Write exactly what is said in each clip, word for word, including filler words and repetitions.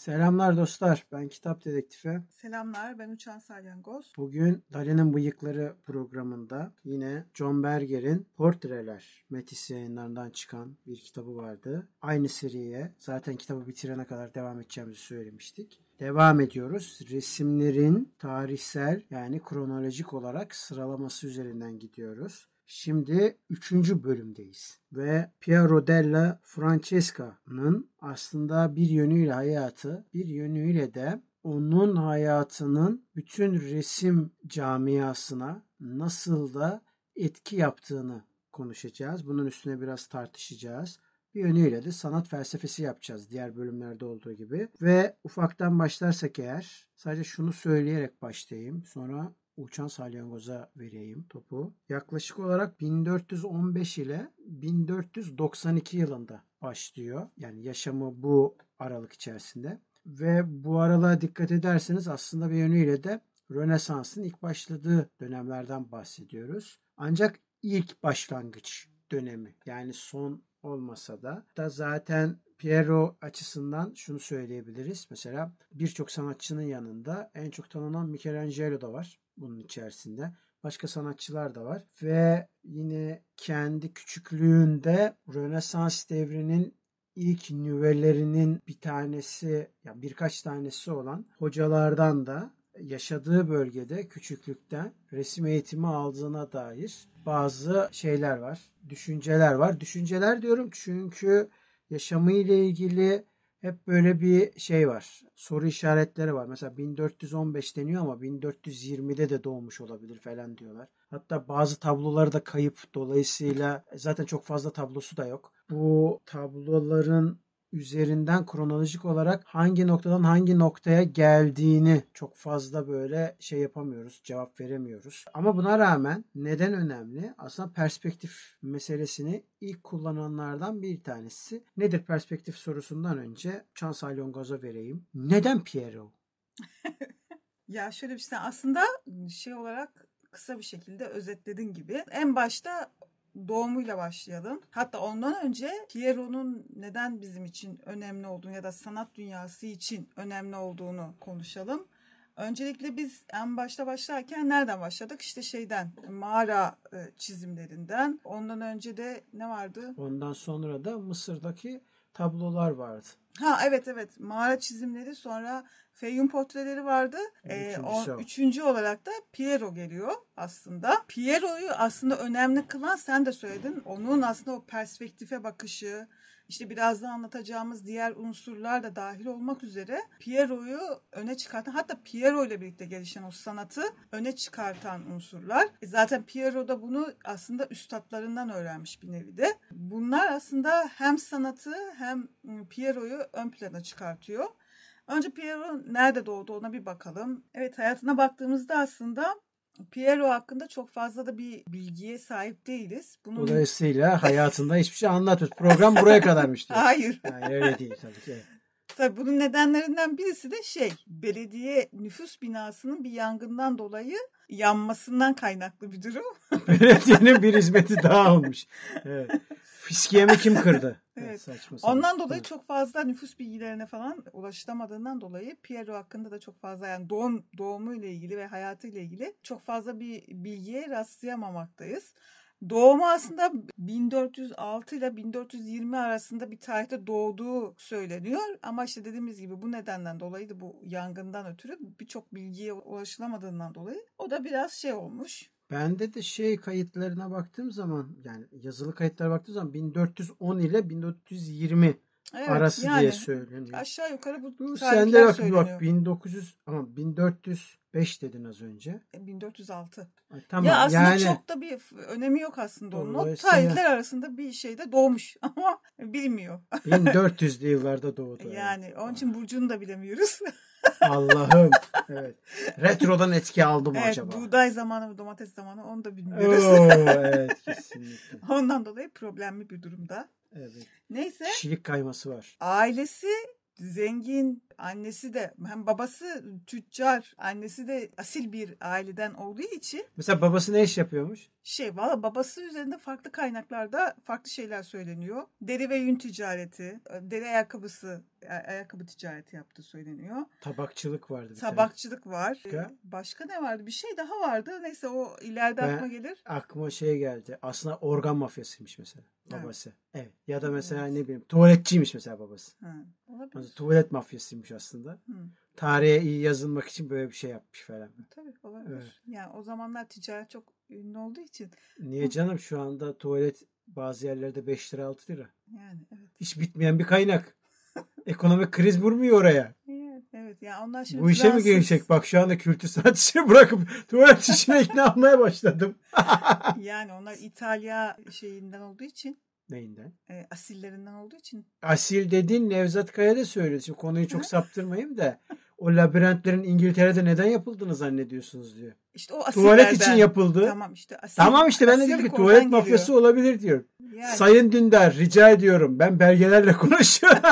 Selamlar dostlar. Ben Kitap Dedektifi. Selamlar, ben Uçan Salyangoz. Bugün Dali'nin Bıyıkları programında yine John Berger'in Portreler Metis yayınlarından çıkan bir kitabı vardı. Aynı seriye zaten kitabı bitirene kadar devam edeceğimizi söylemiştik. Devam ediyoruz. Resimlerin tarihsel yani kronolojik olarak sıralaması üzerinden gidiyoruz. Şimdi üçüncü bölümdeyiz ve Piero della Francesca'nın aslında bir yönüyle hayatı, bir yönüyle de onun hayatının bütün resim camiasına nasıl da etki yaptığını konuşacağız. Bunun üstüne biraz tartışacağız. Bir yönüyle de sanat felsefesi yapacağız diğer bölümlerde olduğu gibi. Ve ufaktan başlarsak eğer sadece şunu söyleyerek başlayayım. Sonra Uçan Salyangoz'a vereyim topu. Yaklaşık olarak bin dört yüz on beş ile bin dört yüz doksan iki yılında başlıyor. Yani yaşamı bu aralık içerisinde. Ve bu aralığa dikkat ederseniz aslında bir yönüyle de Rönesans'ın ilk başladığı dönemlerden bahsediyoruz. Ancak ilk başlangıç dönemi, yani son olmasa da da zaten Piero açısından şunu söyleyebiliriz. Mesela birçok sanatçının yanında en çok tanınan Michelangelo da var bunun içerisinde. Başka sanatçılar da var ve yine kendi küçüklüğünde Rönesans devrinin ilk nüvelerinin bir tanesi, ya birkaç tanesi olan hocalardan da yaşadığı bölgede küçüklükten resim eğitimi aldığına dair bazı şeyler var, düşünceler var. Düşünceler diyorum çünkü yaşamıyla ilgili hep böyle bir şey var. Soru işaretleri var. Mesela bin dört yüz on beş deniyor ama bin dört yüz yirmide de doğmuş olabilir falan diyorlar. Hatta bazı tabloları da kayıp. Dolayısıyla zaten çok fazla tablosu da yok. Bu tabloların üzerinden kronolojik olarak hangi noktadan hangi noktaya geldiğini çok fazla böyle şey yapamıyoruz, cevap veremiyoruz. Ama buna rağmen neden önemli? Aslında perspektif meselesini ilk kullananlardan bir tanesi. Nedir perspektif sorusundan önce Uçan Salyangoz'a vereyim. Neden Piero? Ya şöyle bir şey, aslında şey olarak kısa bir şekilde özetledin gibi. En başta doğumuyla başlayalım. Hatta ondan önce Piero'nun neden bizim için önemli olduğunu ya da sanat dünyası için önemli olduğunu konuşalım. Öncelikle biz en başta başlarken nereden başladık? İşte şeyden, mağara çizimlerinden. Ondan önce de ne vardı? Ondan sonra da Mısır'daki tablolar vardı. Ha evet evet, mağara çizimleri, sonra Feyyum portreleri vardı. Ee, o, üçüncü olarak da Piero geliyor aslında. Piero'yu aslında önemli kılan, sen de söyledin, onun aslında o perspektife bakışı, işte birazdan anlatacağımız diğer unsurlar da dahil olmak üzere Piero'yu öne çıkartan, hatta Piero ile birlikte gelişen o sanatı öne çıkartan unsurlar. E zaten Piero da bunu aslında üstadlarından öğrenmiş bir nevi de. Bunlar aslında hem sanatı hem Piero'yu ön plana çıkartıyor. Önce Piero nerede doğdu ona bir bakalım. Evet, hayatına baktığımızda aslında Piero hakkında çok fazla da bir bilgiye sahip değiliz. Bunun... Dolayısıyla hayatında hiçbir şey anlatıyoruz. Program buraya kadarmış diyor. Hayır. Yani öyle değil tabii ki. Tabii bunun nedenlerinden birisi de şey, belediye nüfus binasının bir yangından dolayı yanmasından kaynaklı bir durum. Belediyenin bir hizmeti daha olmuş. Evet. Fiskiyemi kim kırdı? Evet. Evet, ondan dolayı evet. Çok fazla nüfus bilgilerine falan ulaşılamadığından dolayı Piero hakkında da çok fazla, yani doğum doğumu ile ilgili ve hayatı ile ilgili çok fazla bir bilgiye rastlayamamaktayız. Doğumu aslında bin dört yüz altı ile bin dört yüz yirmi arasında bir tarihte doğduğu söyleniyor. Ama işte dediğimiz gibi bu nedenden dolayı da, bu yangından ötürü birçok bilgiye ulaşılamadığından dolayı o da biraz şey olmuş. Bende de şey kayıtlarına baktığım zaman, yani yazılı kayıtlara baktığım zaman bin dört yüz on ile bin dört yüz yirmi evet, arası yani diye söyleniyor. Aşağı yukarı bu, bu sende bak, bak bin dokuz yüz ama bin dört yüz beş dedin az önce. bin dört yüz altı. Ay, tamam. Ya aslında yani, çok da bir önemi yok aslında onun. O tarihler arasında bir şeyde doğmuş ama bilinmiyor. bin dört yüzlü yıllarda doğdu. Yani evet. Onun için burcunu da bilemiyoruz. Allah'ım. Evet. Retrodan etki aldı mı evet, acaba? Buğday zamanı mı, domates zamanı, onu da bilmiyoruz. Oo, evet, kesinlikle. Ondan dolayı problemli bir durumda. Evet. Neyse. Kişilik kayması var. Ailesi zengin, annesi de hem babası tüccar, annesi de asil bir aileden olduğu için. Mesela babası ne iş yapıyormuş? Şey valla babası üzerinde farklı kaynaklarda farklı şeyler söyleniyor. Deri ve yün ticareti, deri ayakkabısı, ayakkabı ticareti yaptığı söyleniyor. Tabakçılık vardı bir Tabakçılık tane. var. Başka? Başka ne vardı? Bir şey daha vardı. Neyse o ileride Ben, aklıma gelir. Aklıma şey geldi. Aslında organ mafyasıymış mesela babası. Evet. evet. Ya da mesela evet. ne bileyim tuvaletçiymiş mesela babası. Ha, olabilir. Tuvalet mafyasıymış aslında. Hı. Tarihe iyi yazılmak için böyle bir şey yapmış falan. Tabii olabilir. Evet. Yani o zamanlar ticaret çok ünlü olduğu için. Niye canım, şu anda tuvalet bazı yerlerde beş lira altı lira. Yani evet. Hiç bitmeyen bir kaynak. Ekonomik kriz vurmuyor oraya. Evet, evet. Yani onlar şimdi bu işe Fransız... mi girecek? Bak şu anda kültür sanat işini bırakıp tuvalet işine ikna olmaya başladım. Yani onlar İtalya şeyinden olduğu için. Neyinden? E, asillerinden olduğu için. Asil dediğin Nevzat Kaya da söyledi. Şimdi konuyu çok saptırmayayım da. O labirentlerin İngiltere'de neden yapıldığını zannediyorsunuz diyor. İşte o tuvalet için yapıldı. Tamam işte. Asil, tamam işte ben de diyorum ki tuvalet geliyor. Mafyası olabilir diyor. Yani. Sayın Dündar rica ediyorum. Ben belgelerle konuşuyorum.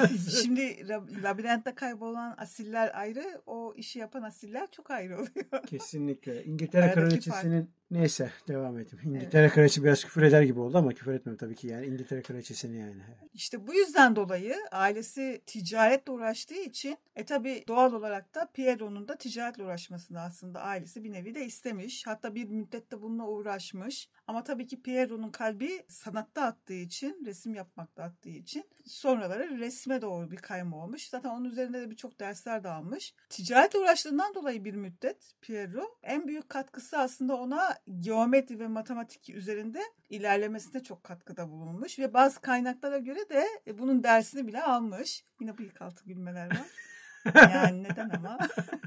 Şimdi labirentte kaybolan asiller ayrı. O işi yapan asiller çok ayrı oluyor. Kesinlikle. İngiltere Aradaki Kraliçesi'nin fark. Neyse devam edeyim. İngiltere evet. Kraliçesi biraz küfür eder gibi oldu ama küfür etmem tabii ki yani. İngiltere Kraliçesi'ni yani. İşte bu yüzden dolayı ailesi ticaretle uğraştığı için e tabii doğal olarak da Piero'nun da ticaretle uğraşmasını aslında ailesi bir nevi de istemiş. Hatta bir müddette bununla uğraşmış. Ama tabii ki Piero'nun kalbi sanatta attığı için, resim yapmakta attığı için sonraları resme doğru bir kayma olmuş. Zaten onun üzerinde de birçok dersler de almış. Ticaretle uğraştığından dolayı bir müddet Piero en büyük katkısı aslında ona geometri ve matematik üzerinde ilerlemesine çok katkıda bulunmuş. Ve bazı kaynaklara göre de bunun dersini bile almış. Yine bıyık altı gülmeler var. Yani neden ama?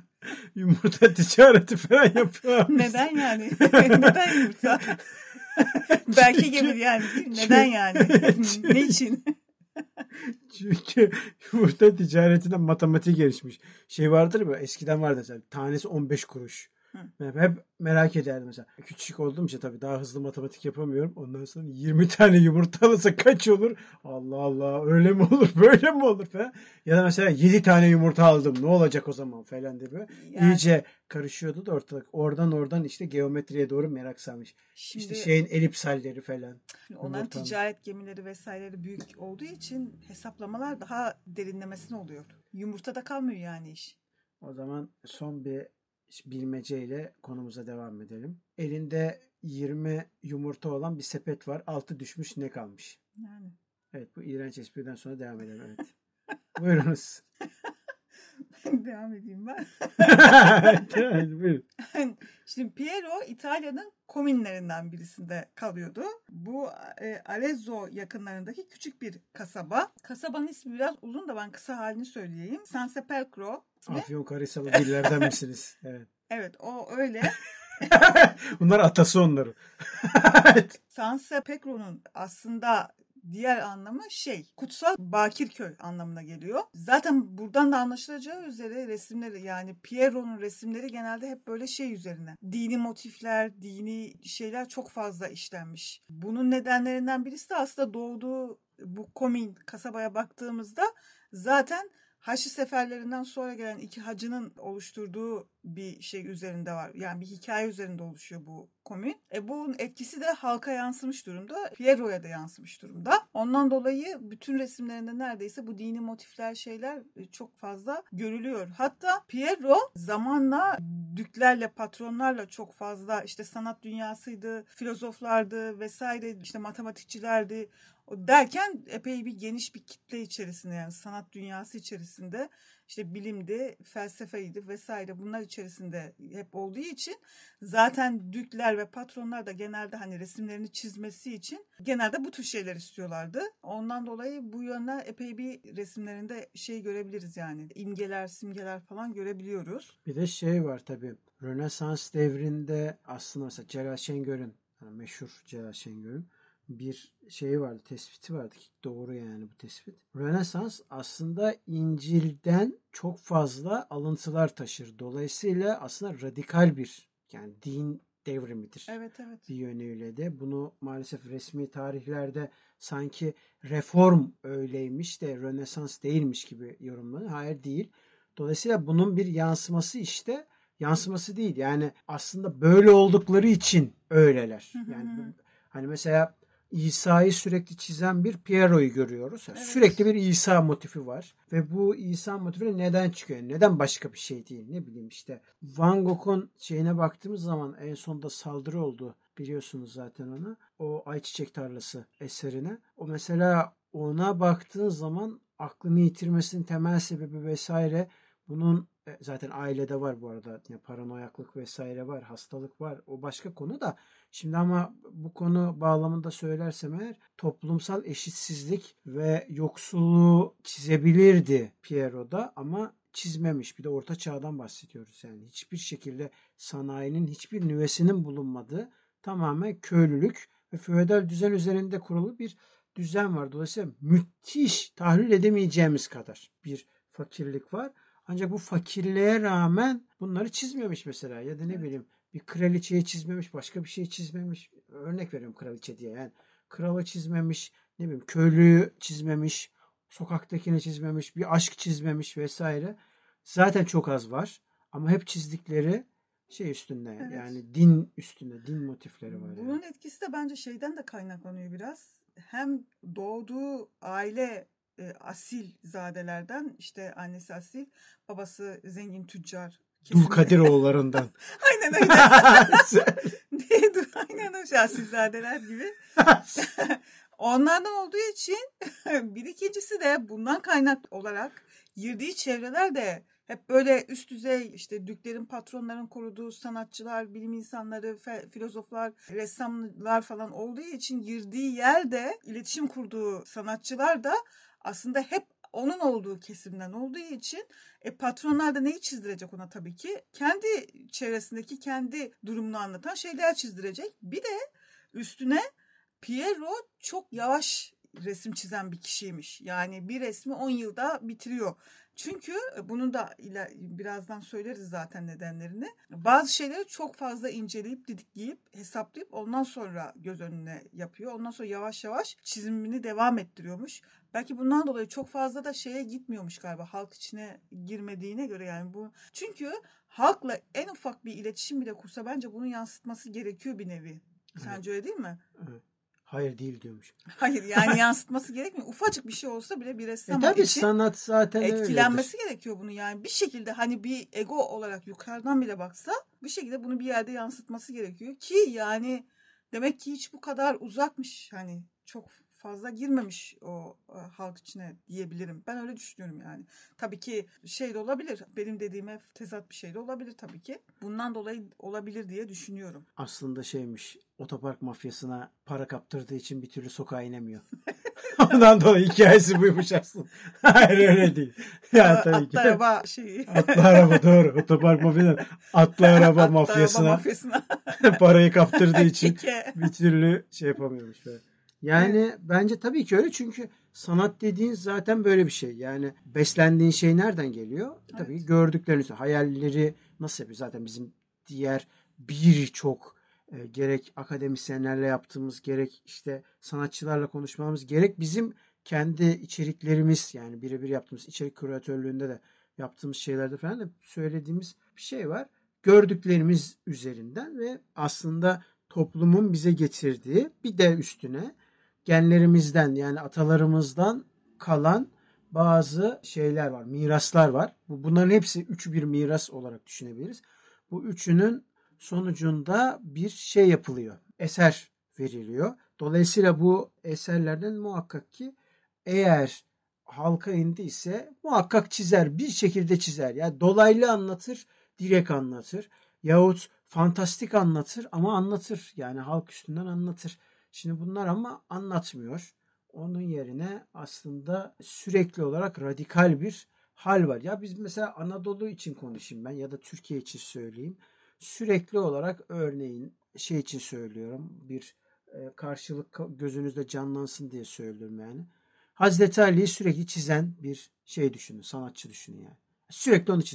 Yumurta ticareti falan yapıyor. Neden yani? Neden yumurta? Belki gelir yani. Neden yani? Niçin? Çünkü yumurta ticaretinde matematik gelişmiş. Şey vardır mı? Eskiden vardı mesela. Tanesi on beş kuruş. Ben hep merak ederdim mesela. Küçük olduğum için tabii daha hızlı matematik yapamıyorum. Ondan sonra yirmi tane yumurta alırsa kaç olur? Allah Allah, öyle mi olur böyle mi olur falan. Ya da mesela yedi tane yumurta aldım, ne olacak o zaman falan diye böyle. Yani, İyice karışıyordu da ortalık. Oradan oradan işte geometriye doğru merak sarmış. Şimdi, işte şeyin elipsalleri falan. Onların ticaret gemileri vesaireleri büyük olduğu için hesaplamalar daha derinlemesine oluyor. Yumurtada kalmıyor yani iş. O zaman son bir bilmeceyle konumuza devam edelim. Elinde yirmi yumurta olan bir sepet var. Altı düşmüş, ne kalmış? Yani. Evet, bu iğrenç espriden sonra devam edelim. Evet. Buyurunuz. Devam edeyim ben. Evet, buyurun. Şimdi Piero İtalya'nın komünlerinden birisinde kalıyordu. Bu e, Arezzo yakınlarındaki küçük bir kasaba. Kasabanın ismi biraz uzun da ben kısa halini söyleyeyim. San Sepolcro. Afyonkarahisarlı dillerden misiniz? Evet. Evet, o öyle. Bunlar atası onları. San Sepolcro'nun aslında diğer anlamı şey, kutsal Bakirköy anlamına geliyor. Zaten buradan da anlaşılacağı üzere resimleri, yani Piero'nun resimleri genelde hep böyle şey üzerine. Dini motifler, dini şeyler çok fazla işlenmiş. Bunun nedenlerinden birisi de aslında doğduğu bu komün kasabaya baktığımızda zaten Haçlı seferlerinden sonra gelen iki hacının oluşturduğu bir şey üzerinde var. Yani bir hikaye üzerinde oluşuyor bu komün. E bunun etkisi de halka yansımış durumda. Piero'ya da yansımış durumda. Ondan dolayı bütün resimlerinde neredeyse bu dini motifler, şeyler çok fazla görülüyor. Hatta Piero zamanla düklerle, patronlarla çok fazla işte sanat dünyasıydı, filozoflardı vesaire, işte matematikçilerdi. O derken epey bir geniş bir kitle içerisinde, yani sanat dünyası içerisinde, işte bilimdi, felsefeydi vesaire, bunlar içerisinde hep olduğu için zaten dükler ve patronlar da genelde hani resimlerini çizmesi için genelde bu tür şeyler istiyorlardı. Ondan dolayı bu yönden epey bir resimlerinde şey görebiliriz, yani imgeler, simgeler falan görebiliyoruz. Bir de şey var tabii, Rönesans devrinde aslında mesela Celal Şengör'ün, yani meşhur Celal Şengör'ün bir şeyi vardı, tespiti vardı ki doğru yani bu tespit. Rönesans aslında İncil'den çok fazla alıntılar taşır. Dolayısıyla aslında radikal bir, yani din devrimidir. Evet, evet. Bir yönüyle de. Bunu maalesef resmi tarihlerde sanki reform öyleymiş de Rönesans değilmiş gibi yorumlanıyor. Hayır, değil. Dolayısıyla bunun bir yansıması işte yansıması değil. Yani aslında böyle oldukları için öyleler. Yani hani mesela İsa'yı sürekli çizen bir Piero'yu görüyoruz. Evet. Sürekli bir İsa motifi var. Ve bu İsa motifi neden çıkıyor? Neden başka bir şey değil? Ne bileyim işte. Van Gogh'un şeyine baktığımız zaman en sonunda saldırı oldu. Biliyorsunuz zaten onu. O Ayçiçek Tarlası eserine. O mesela ona baktığın zaman aklını yitirmesinin temel sebebi vesaire bunun zaten ailede var bu arada. Yani paranoyaklık vesaire var. Hastalık var. O başka konu da. Şimdi ama bu konu bağlamında söylersem eğer toplumsal eşitsizlik ve yoksulluğu çizebilirdi Piero'da ama çizmemiş. Bir de orta çağdan bahsediyoruz yani. Hiçbir şekilde sanayinin hiçbir nüvesinin bulunmadığı tamamen köylülük ve feodal düzen üzerinde kurulu bir düzen var. Dolayısıyla müthiş tahlil edemeyeceğimiz kadar bir fakirlik var. Ancak bu fakirliğe rağmen bunları çizmemiş mesela ya da ne evet. bileyim bir kraliçeyi çizmemiş, başka bir şey çizmemiş. Örnek veriyorum kraliçe diye. Yani kralı çizmemiş, ne bileyim köylüyü çizmemiş, sokaktakini çizmemiş, bir aşk çizmemiş vesaire. Zaten çok az var ama hep çizdikleri şey üstünde evet. yani din üstünde, din motifleri var. Bunun yani. Etkisi de bence şeyden de kaynaklanıyor biraz. Hem doğduğu aile e, asil zadelerden, işte annesi asil, babası zengin tüccar. Dulkadiroğullarından. Aynen öyle. Neydi? Aynen o şahsizadeler gibi. Onlardan olduğu için bir ikincisi de bundan kaynak olarak girdiği çevreler de hep böyle üst düzey, işte düklerin, patronların koruduğu sanatçılar, bilim insanları, fe, filozoflar, ressamlar falan olduğu için girdiği yerde iletişim kurduğu sanatçılar da aslında hep onun olduğu kesimden olduğu için e, patronlar da neyi çizdirecek ona tabii ki? Kendi çevresindeki kendi durumunu anlatan şeyler çizdirecek. Bir de üstüne Piero çok yavaş resim çizen bir kişiymiş. Yani bir resmi on yılda bitiriyor. Çünkü bunun da birazdan söyleriz zaten nedenlerini. Bazı şeyleri çok fazla inceleyip, didikleyip, hesaplayıp ondan sonra göz önüne yapıyor. Ondan sonra yavaş yavaş çizimini devam ettiriyormuş. Belki bundan dolayı çok fazla da şeye gitmiyormuş galiba, halk içine girmediğine göre yani bu. Çünkü halkla en ufak bir iletişim bile kursa bence bunu yansıtması gerekiyor bir nevi. Sence öyle değil mi? Evet. Hayır değil diyormuş. Hayır yani yansıtması gerekmiyor. Ufacık bir şey olsa bile bir ressam e tabii için sanat zaten etkilenmesi öyledir. gerekiyor bunu yani. Bir şekilde hani bir ego olarak yukarıdan bile baksa bir şekilde bunu bir yerde yansıtması gerekiyor ki yani demek ki hiç bu kadar uzakmış, hani çok fazla girmemiş o e, halk içine diyebilirim. Ben öyle düşünüyorum yani. Tabii ki şey de olabilir. Benim dediğime tezat bir şey de olabilir tabii ki. Bundan dolayı olabilir diye düşünüyorum. Aslında şeymiş, otopark mafyasına para kaptırdığı için bir türlü sokağa inemiyor. Ondan dolayı hikayesi buymuş aslında. Hayır öyle değil. Ya, tabii atlı ki. araba şeyi. Atlı araba doğru. Otopark mafyasına. Atlı araba atlı mafyasına. Araba mafyasına. parayı kaptırdığı için bir türlü şey yapamıyormuş. Böyle. Yani evet. Bence tabii ki öyle çünkü sanat dediğin zaten böyle bir şey. Yani beslendiğin şey nereden geliyor? Evet. Tabii gördüklerini, hayalleri nasıl yapıyor? Zaten bizim diğer birçok e, gerek akademisyenlerle yaptığımız, gerek işte sanatçılarla konuşmamız, gerek bizim kendi içeriklerimiz yani birebir yaptığımız içerik küratörlüğünde de yaptığımız şeylerde falan da söylediğimiz bir şey var. Gördüklerimiz üzerinden ve aslında toplumun bize getirdiği bir de üstüne genlerimizden yani atalarımızdan kalan bazı şeyler var, miraslar var. Bunların hepsi üçü bir miras olarak düşünebiliriz. Bu üçünün sonucunda bir şey yapılıyor, eser veriliyor. Dolayısıyla bu eserlerden muhakkak ki eğer halka indiyse muhakkak çizer, bir şekilde çizer. Yani dolaylı anlatır, direkt anlatır. Yahut fantastik anlatır ama anlatır. Yani halk üstünden anlatır. Şimdi bunlar ama anlatmıyor. Onun yerine aslında sürekli olarak radikal bir hal var. Ya biz mesela Anadolu için konuşayım ben ya da Türkiye için söyleyeyim. Sürekli olarak örneğin şey için söylüyorum. Bir karşılık gözünüzde canlansın diye söylüyorum yani. Hazreti Ali'yi sürekli çizen bir şey düşünün. Sanatçı düşünün yani. Sürekli onu çiziyor.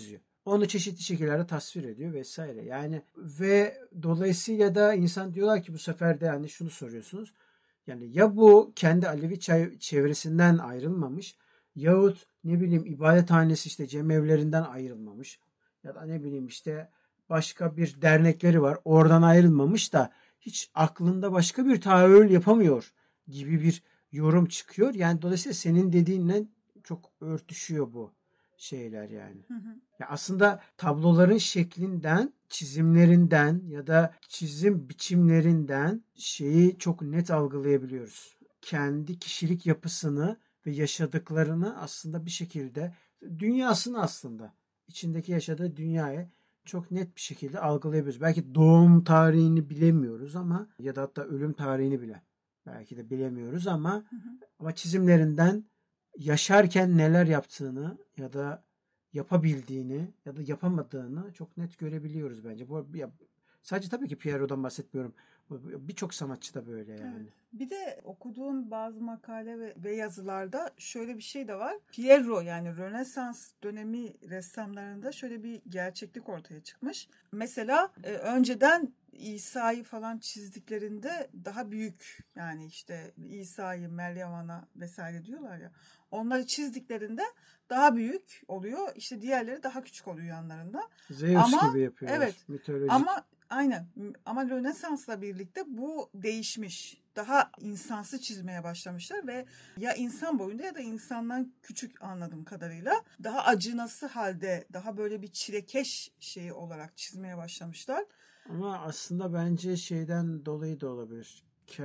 onu çeşitli şekillerde tasvir ediyor vesaire. Yani ve dolayısıyla da insan diyorlar ki bu sefer de hani şunu soruyorsunuz. Yani ya bu kendi Alevi çevresinden ayrılmamış yahut ne bileyim ibadethanesi işte cemevlerinden ayrılmamış ya da ne bileyim işte başka bir dernekleri var oradan ayrılmamış da hiç aklında başka bir tahayyül yapamıyor gibi bir yorum çıkıyor. Yani dolayısıyla senin dediğinle çok örtüşüyor bu şeyler yani. Hı hı. Ya aslında tabloların şeklinden, çizimlerinden ya da çizim biçimlerinden şeyi çok net algılayabiliyoruz. Kendi kişilik yapısını ve yaşadıklarını aslında bir şekilde dünyasını aslında içindeki yaşadığı dünyayı çok net bir şekilde algılayabiliyoruz. Belki doğum tarihini bilemiyoruz ama ya da hatta ölüm tarihini bile belki de bilemiyoruz ama Hı hı. ama çizimlerinden yaşarken neler yaptığını ya da yapabildiğini ya da yapamadığını çok net görebiliyoruz bence. Bu ya, sadece tabii ki Pierrot'dan bahsetmiyorum. Birçok sanatçı da böyle yani. Evet. Bir de okuduğum bazı makale ve, ve yazılarda şöyle bir şey de var. Piero yani Rönesans dönemi ressamlarında şöyle bir gerçeklik ortaya çıkmış. Mesela e, önceden İsa'yı falan çizdiklerinde daha büyük yani işte İsa'yı, Meryem Ana vesaire diyorlar ya. Onları çizdiklerinde daha büyük oluyor. İşte diğerleri daha küçük oluyor yanlarında. Zeus Ama gibi yapıyorlar. evet Mitolojik. ama aynen ama Rönesans'la birlikte bu değişmiş. Daha insansı çizmeye başlamışlar ve ya insan boyunda ya da insandan küçük anladığım kadarıyla daha acınası halde daha böyle bir çilekeş şeyi olarak çizmeye başlamışlar. Ama aslında bence şeyden dolayı da olabilir.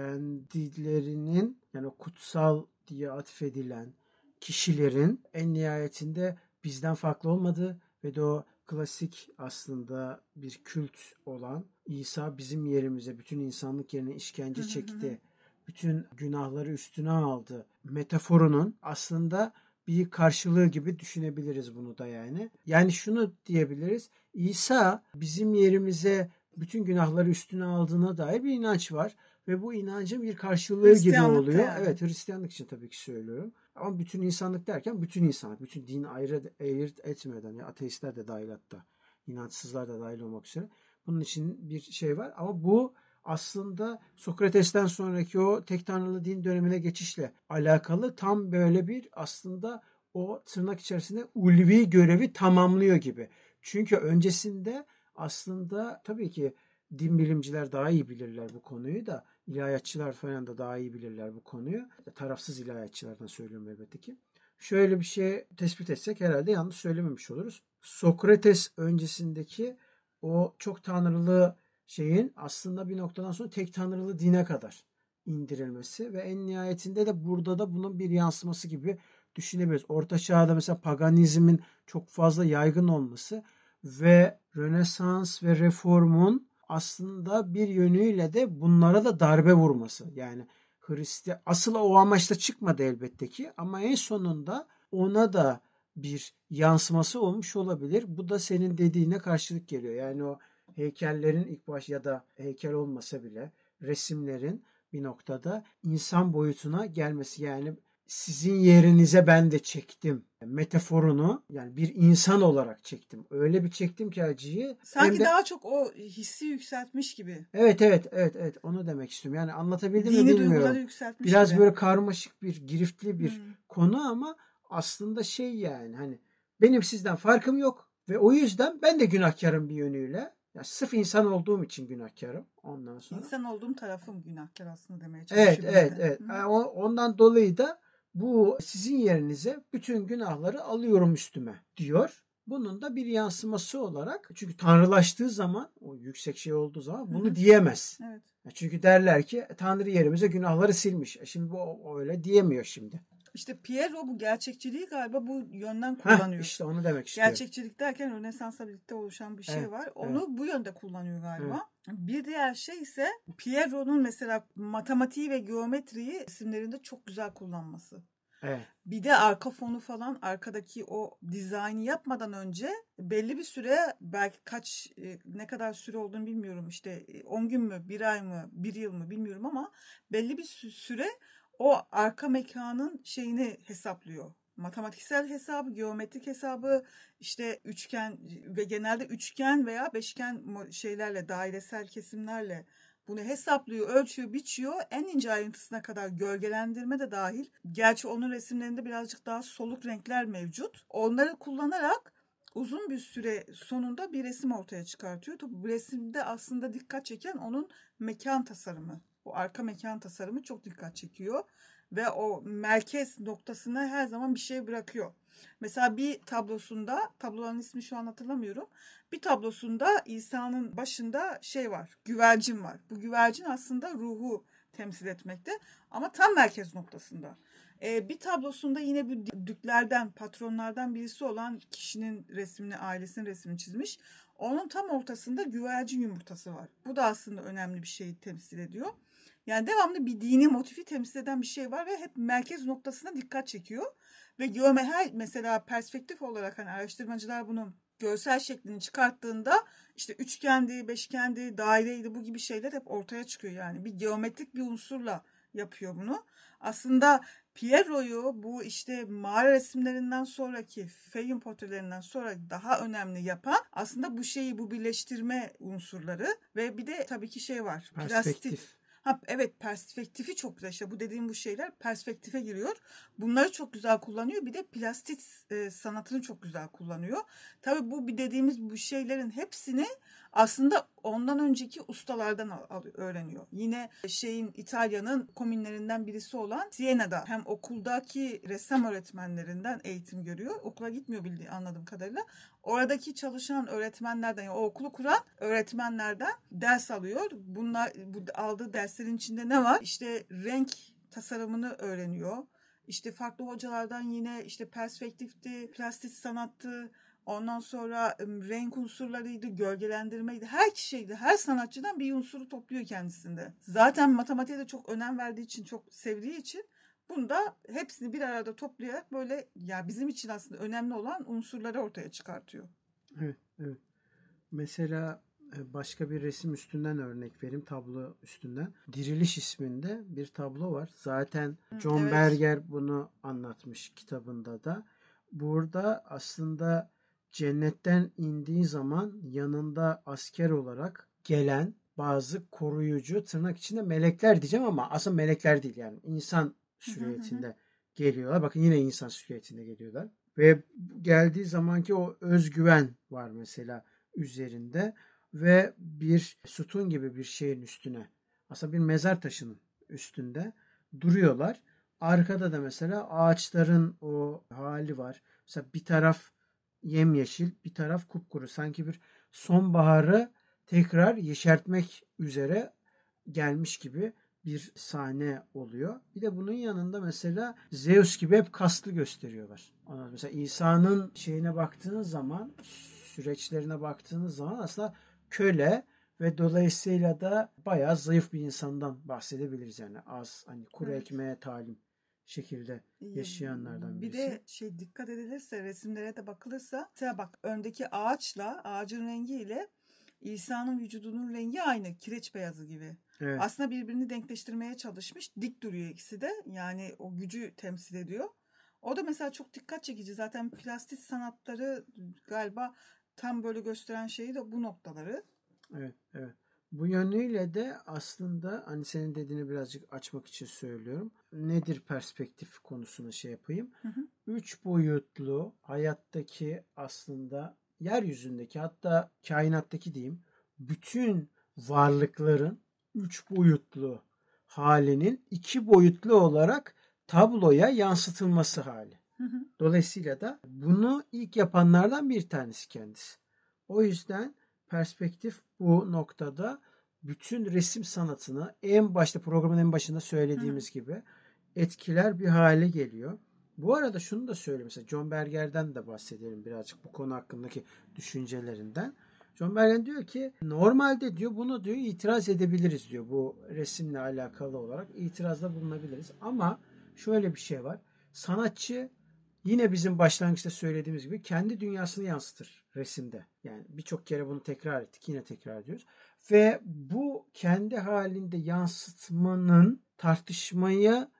Kendilerinin yani o kutsal diye atfedilen kişilerin en nihayetinde bizden farklı olmadığı ve de o klasik aslında bir kült olan İsa bizim yerimize bütün insanlık yerine işkence çekti. Bütün günahları üstüne aldı. Metaforunun aslında bir karşılığı gibi düşünebiliriz bunu da yani. Yani şunu diyebiliriz. İsa bizim yerimize bütün günahları üstüne aldığına dair bir inanç var. Ve bu inancın bir karşılığı gibi oluyor. Yani. Evet, Hristiyanlık için tabii ki söylüyorum. Ama bütün insanlık derken bütün insanlık, bütün din ayrı ayırt etmeden ya ateistler de dahil hatta inançsızlar da dahil olmak üzere. Bunun için bir şey var ama bu aslında Sokrates'ten sonraki o tek tanrılı din dönemine geçişle alakalı tam böyle bir aslında o tırnak içerisinde ulvi görevi tamamlıyor gibi. Çünkü öncesinde aslında tabii ki din bilimciler daha iyi bilirler bu konuyu da ilahiyatçılar falan da daha iyi bilirler bu konuyu. Tarafsız ilahiyatçılardan söylüyorum elbette ki. Şöyle bir şey tespit etsek herhalde yanlış söylememiş oluruz. Sokrates öncesindeki o çok tanrılı şeyin aslında bir noktadan sonra tek tanrılı dine kadar indirilmesi ve en nihayetinde de burada da bunun bir yansıması gibi düşünebiliriz. Orta Çağ'da mesela paganizmin çok fazla yaygın olması ve Rönesans ve Reform'un aslında bir yönüyle de bunlara da darbe vurması. Yani Hristiyan asıl o amaçla çıkmadı elbette ki ama en sonunda ona da bir yansıması olmuş olabilir. Bu da senin dediğine karşılık geliyor. Yani o heykellerin ilk baş ya da heykel olmasa bile resimlerin bir noktada insan boyutuna gelmesi. Yani sizin yerinize ben de çektim metaforunu yani bir insan olarak çektim. Öyle bir çektim ki acıyı. Sanki de, daha çok o hissi yükseltmiş gibi. Evet evet evet evet onu demek istiyorum. Yani anlatabildim mi Dini bilmiyorum. duyguları yükseltmiş Biraz gibi. böyle karmaşık bir giriftli bir Hmm. konu ama aslında şey yani hani benim sizden farkım yok ve o yüzden ben de günahkarım bir yönüyle. Ya sırf insan olduğum için günahkarım ondan sonra. İnsan olduğum tarafım günahkar aslında demeye çalışıyor. Evet evet evet. Yani ondan dolayı da bu sizin yerinize bütün günahları alıyorum üstüme diyor. Bunun da bir yansıması olarak çünkü tanrılaştığı zaman o yüksek şey olduğu zaman bunu diyemez. Evet. Çünkü derler ki Tanrı yerimize günahları silmiş. Şimdi bu öyle diyemiyor şimdi. İşte Piero bu gerçekçiliği galiba bu yönden kullanıyor. Heh, işte onu demek istiyorum. Gerçekçilik derken Rönesans'la birlikte oluşan bir şey evet, var. Onu evet. bu yönde kullanıyor galiba. Evet. Bir diğer şey ise Piero'nun mesela matematiği ve geometriyi isimlerinde çok güzel kullanması. Evet. Bir de arka fonu falan arkadaki o dizaynı yapmadan önce belli bir süre belki kaç ne kadar süre olduğunu bilmiyorum işte on gün mü bir ay mı bir yıl mı bilmiyorum ama belli bir süre o arka mekanın şeyini hesaplıyor. matematiksel hesabı, geometrik hesabı, işte üçgen ve genelde üçgen veya beşgen şeylerle, dairesel kesimlerle bunu hesaplıyor, ölçüyor, biçiyor. En ince ayrıntısına kadar gölgelendirme de dahil. Gerçi onun resimlerinde birazcık daha soluk renkler mevcut. Onları kullanarak uzun bir süre sonunda bir resim ortaya çıkartıyor. Tabii bu resimde aslında dikkat çeken onun mekan tasarımı. O arka mekan tasarımı çok dikkat çekiyor. Ve o merkez noktasına her zaman bir şey bırakıyor. Mesela bir tablosunda, tabloların ismi şu an hatırlamıyorum. Bir tablosunda İsa'nın başında şey var, güvercin var. Bu güvercin aslında ruhu temsil etmekte ama tam merkez noktasında. Ee, bir tablosunda yine bu düklerden, patronlardan birisi olan kişinin resmini, ailesinin resmini çizmiş. Onun tam ortasında güvercin yumurtası var. Bu da aslında önemli bir şeyi temsil ediyor. Yani devamlı bir dini motifi temsil eden bir şey var ve hep merkez noktasına dikkat çekiyor. Ve geometri mesela perspektif olarak hani araştırmacılar bunun görsel şeklini çıkarttığında işte üçgendi, beşgendi, daireydi bu gibi şeyler hep ortaya çıkıyor. Yani bir geometrik bir unsurla yapıyor bunu. Aslında Piero'yu bu işte mağara resimlerinden sonraki Fayum portrelerinden sonra daha önemli yapan aslında bu şeyi, bu birleştirme unsurları ve bir de tabii ki şey var. Perspektif. Plastik. Ha, evet, perspektifi çok güzel, işte bu dediğim bu şeyler perspektife giriyor. Bunları çok güzel kullanıyor. Bir de plastik e, sanatını çok güzel kullanıyor. Tabii bu bir dediğimiz bu şeylerin hepsini aslında ondan önceki ustalardan al, al, öğreniyor. Yine şeyin İtalya'nın komünlerinden birisi olan Siena'da hem okuldaki ressam öğretmenlerinden eğitim görüyor. Okula gitmiyor bildiği anladığım kadarıyla. Oradaki çalışan öğretmenlerden, yani o okulu kuran öğretmenlerden ders alıyor. Bunlar bu aldığı derslerin içinde ne var? İşte renk tasarımını öğreniyor. İşte farklı hocalardan yine işte perspektifti, plastik sanattı, ondan sonra renk unsurlarıydı, gölgelendirmeydi. Her kişiydi, her sanatçıdan bir unsuru topluyor kendisinde. Zaten matematiğe de çok önem verdiği için, çok sevdiği için bunu da hepsini bir arada toplayarak böyle ya bizim için aslında önemli olan unsurları ortaya çıkartıyor. Evet, evet. Mesela başka bir resim üstünden örnek vereyim, tablo üstünden. Diriliş isminde bir tablo var. Zaten John Evet. Berger bunu anlatmış kitabında da. Burada aslında cennetten indiği zaman yanında asker olarak gelen bazı koruyucu, tırnak içinde melekler diyeceğim ama aslında melekler değil, yani insan süriyetinde geliyorlar. Bakın yine insan süriyetinde geliyorlar. Ve geldiği zamanki o özgüven var mesela üzerinde ve bir sütun gibi bir şeyin üstüne, aslında bir mezar taşının üstünde duruyorlar. Arkada da mesela ağaçların o hali var. Mesela bir taraf yemyeşil, bir taraf kupkuru. Sanki bir sonbaharı tekrar yeşertmek üzere gelmiş gibi bir sahne oluyor. Bir de bunun yanında mesela Zeus gibi hep kaslı gösteriyorlar. Mesela İsa'nın şeyine baktığınız zaman, süreçlerine baktığınız zaman aslında köle ve dolayısıyla da bayağı zayıf bir insandan bahsedebiliriz. Yani az, hani kuru Evet. ekmeğe talim şekilde yaşayanlardan birisi. Bir de şey dikkat edilirse, resimlere de bakılırsa, mesela bak öndeki ağaçla ağacın rengiyle İsa'nın vücudunun rengi aynı, kireç beyazı gibi. Evet. Aslında birbirini denkleştirmeye çalışmış. Dik duruyor ikisi de. Yani o gücü temsil ediyor. O da mesela çok dikkat çekici. Zaten plastik sanatları galiba tam böyle gösteren şeyi de bu noktaları. Evet, evet. Bu yönüyle de aslında hani senin dediğini birazcık açmak için söylüyorum. Nedir perspektif konusuna şey yapayım. Hı hı. Üç boyutlu hayattaki, aslında yeryüzündeki, hatta kainattaki diyeyim, bütün varlıkların üç boyutlu halinin iki boyutlu olarak tabloya yansıtılması hali. Hı hı. Dolayısıyla da bunu ilk yapanlardan bir tanesi kendisi. O yüzden perspektif bu noktada bütün resim sanatını en başta, programın en başında söylediğimiz hı hı. gibi etkiler bir hale geliyor. Bu arada şunu da söyleyeyim. Mesela John Berger'den de bahsedelim birazcık bu konu hakkındaki düşüncelerinden. John Berger diyor ki normalde diyor bunu diyor itiraz edebiliriz diyor, bu resimle alakalı olarak itirazda bulunabiliriz. Ama şöyle bir şey var. Sanatçı yine bizim başlangıçta söylediğimiz gibi kendi dünyasını yansıtır resimde. Yani birçok kere bunu tekrar ettik, yine tekrar ediyoruz. Ve bu kendi halinde yansıtmanın tartışmaya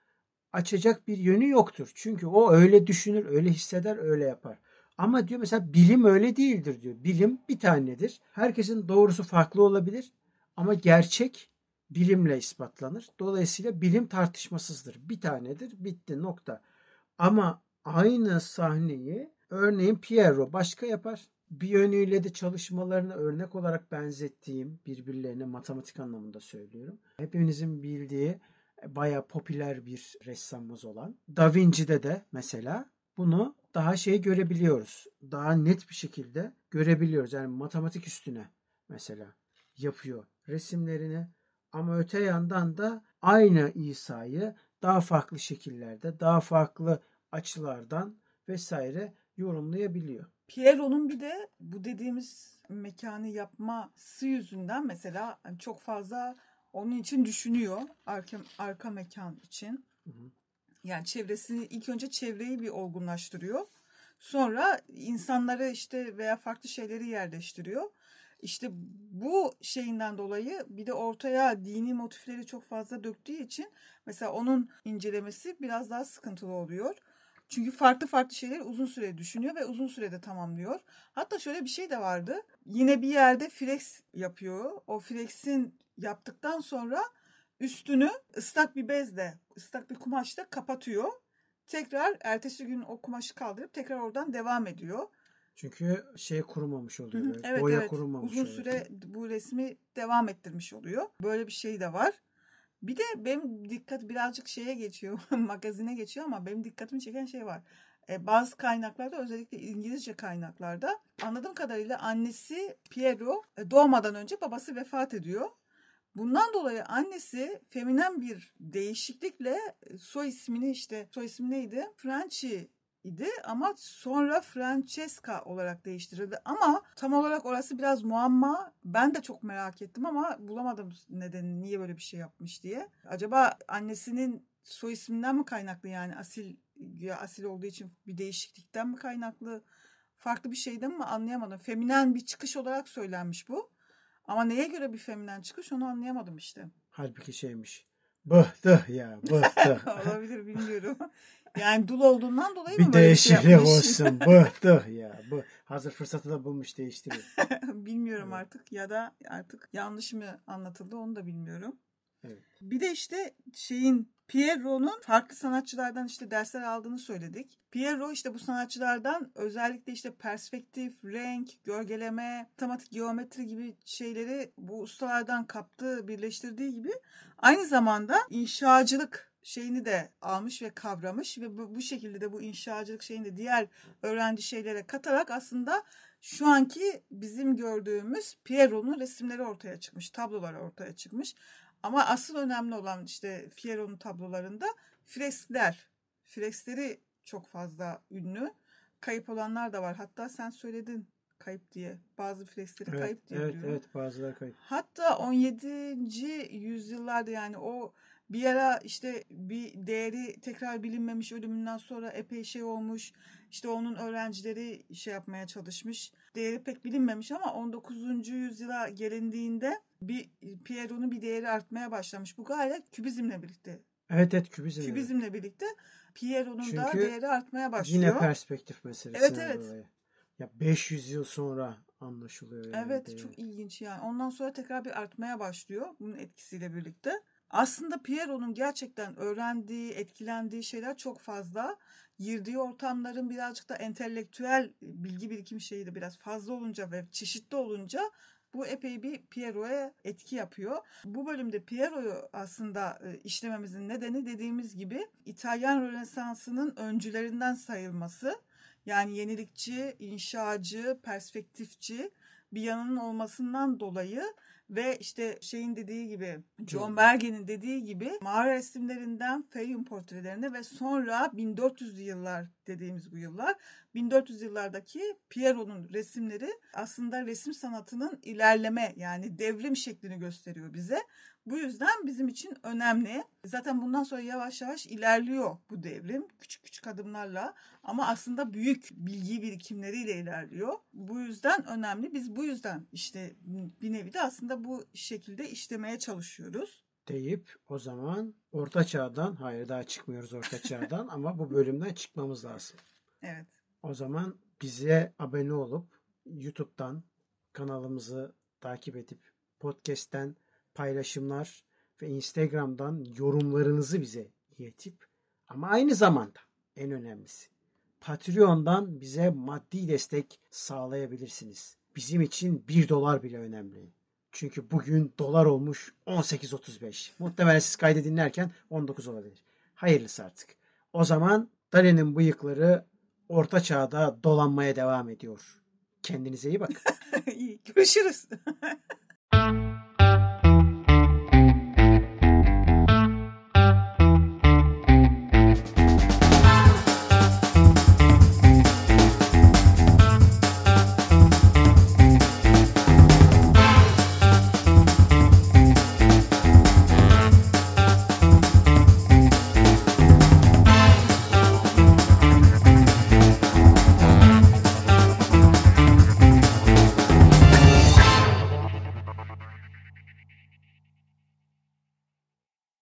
açacak bir yönü yoktur. Çünkü o öyle düşünür, öyle hisseder, öyle yapar. Ama diyor mesela bilim öyle değildir diyor. Bilim bir tanedir. Herkesin doğrusu farklı olabilir ama gerçek bilimle ispatlanır. Dolayısıyla bilim tartışmasızdır. Bir tanedir, bitti, nokta. Ama aynı sahneyi örneğin Piero başka yapar. Bir yönüyle de çalışmalarını örnek olarak benzettiğim, birbirlerine matematik anlamında söylüyorum. Hepinizin bildiği bayağı popüler bir ressamımız olan Da Vinci'de de mesela bunu daha şey görebiliyoruz. Daha net bir şekilde görebiliyoruz. Yani matematik üstüne mesela yapıyor resimlerini. Ama öte yandan da aynı İsa'yı daha farklı şekillerde, daha farklı açılardan vesaire yorumlayabiliyor. Piero'nun bir de bu dediğimiz mekanı yapması yüzünden mesela çok fazla onun için düşünüyor. Arka, arka mekan için. Hı hı. Yani çevresini, ilk önce çevreyi bir olgunlaştırıyor. Sonra insanları işte veya farklı şeyleri yerleştiriyor. İşte bu şeyinden dolayı bir de ortaya dini motifleri çok fazla döktüğü için mesela onun incelemesi biraz daha sıkıntılı oluyor. Çünkü farklı farklı şeyleri uzun süre düşünüyor ve uzun sürede tamamlıyor. Hatta şöyle bir şey de vardı. Yine bir yerde flex yapıyor. O flex'in yaptıktan sonra üstünü ıslak bir bezle, ıslak bir kumaşla kapatıyor. Tekrar ertesi gün o kumaşı kaldırıp tekrar oradan devam ediyor. Çünkü şey kurumamış oluyor. Böyle. Evet, Boya evet. kurumamış Uzun oluyor. süre bu resmi devam ettirmiş oluyor. Böyle bir şey de var. Bir de benim dikkat birazcık şeye geçiyor, magazine geçiyor ama benim dikkatimi çeken şey var. E, bazı kaynaklarda özellikle İngilizce kaynaklarda anladığım kadarıyla annesi Piero e, doğmadan önce babası vefat ediyor. Bundan dolayı annesi feminen bir değişiklikle soy ismini işte soy ismi neydi? Franchi idi ama sonra Francesca olarak değiştirildi. Ama tam olarak orası biraz muamma. Ben de çok merak ettim ama bulamadım nedeni niye böyle bir şey yapmış diye. Acaba annesinin soy isminden mi kaynaklı yani asil ya asil olduğu için bir değişiklikten mi kaynaklı? Farklı bir şeyden mi anlayamadım. Feminen bir çıkış olarak söylenmiş bu. Ama neye göre bir feminen çıkış onu anlayamadım işte. Halbuki şeymiş. Bıhtıh ya bıhtıh. Olabilir bilmiyorum. Yani dul olduğundan dolayı bir mı böyle bir şey yapmış? Bir değişiklik olsun. Bıhtıh ya. Bu hazır fırsatı da bulmuş değiştiriyor. Bilmiyorum Evet. artık ya da artık yanlış mı anlatıldı onu da bilmiyorum. Evet. Bir de işte şeyin Piero'nun farklı sanatçılardan işte dersler aldığını söyledik. Piero işte bu sanatçılardan özellikle işte perspektif, renk, gölgeleme, matematik, geometri gibi şeyleri bu ustalardan kaptığı, birleştirdiği gibi aynı zamanda inşacılık şeyini de almış ve kavramış ve bu, bu şekilde de bu inşacılık şeyini de diğer öğrenci şeylere katarak aslında şu anki bizim gördüğümüz Piero'nun resimleri ortaya çıkmış, tablolar ortaya çıkmış. Ama asıl önemli olan işte Piero'nun tablolarında freskler. Freskleri çok fazla ünlü. Kayıp olanlar da var. Hatta sen söyledin kayıp diye. Bazı freskleri Evet, kayıp diye evet, biliyorum. evet, bazıları kayıp. Hatta on yedinci yüzyıllarda yani o bir ara işte bir değeri tekrar bilinmemiş ölümünden sonra epey şey olmuş. İşte onun öğrencileri şey yapmaya çalışmış. Değeri pek bilinmemiş ama on dokuzuncu yüzyıla gelindiğinde bir Piero'nun bir değeri artmaya başlamış. Bu gayet kübizmle birlikte. Evet, evet, kübizmle. Kübizmle birlikte Piero'nun Çünkü da değeri artmaya başlıyor. Yine perspektif meselesinden evet, evet. dolayı. Ya beş yüz yıl sonra anlaşılıyor yani. Evet, değeri. çok ilginç yani. Ondan sonra tekrar bir artmaya başlıyor bunun etkisiyle birlikte. Aslında Piero'nun gerçekten öğrendiği, etkilendiği şeyler çok fazla. Girdiği ortamların birazcık da entelektüel bilgi birikim şeyi de biraz fazla olunca ve çeşitli olunca bu epey bir Piero'ya etki yapıyor. Bu bölümde Piero'yu aslında işlememizin nedeni dediğimiz gibi İtalyan Rönesansı'nın öncülerinden sayılması. Yani yenilikçi, inşacı, perspektifçi bir yanının olmasından dolayı ve işte şeyin dediği gibi John Bergen'in dediği gibi mağara resimlerinden Feyyum portrelerine ve sonra bin dört yüzlü yıllar dediğimiz bu yıllar bin dört yüz yıllardaki Piero'nun resimleri aslında resim sanatının ilerleme yani devrim şeklini gösteriyor bize. Bu yüzden bizim için önemli. Zaten bundan sonra yavaş yavaş ilerliyor bu devrim küçük küçük adımlarla ama aslında büyük bilgi birikimleriyle ilerliyor. Bu yüzden önemli. Biz bu yüzden işte bir nevi de aslında bu şekilde işlemeye çalışıyoruz. deyip o zaman Orta Çağ'dan, hayır daha çıkmıyoruz Orta Çağ'dan ama bu bölümden çıkmamız lazım. Evet. O zaman bize abone olup YouTube'dan kanalımızı takip edip podcast'ten paylaşımlar ve Instagram'dan yorumlarınızı bize iletip ama aynı zamanda en önemlisi Patreon'dan bize maddi destek sağlayabilirsiniz. Bizim için bir dolar bile önemli. Çünkü bugün dolar olmuş on sekiz otuz beş. Muhtemelen siz kaydı dinlerken on dokuz olabilir. Hayırlısı artık. O zaman Dali'nin bıyıkları Orta Çağ'da dolanmaya devam ediyor. Kendinize iyi bakın. İyi, görüşürüz.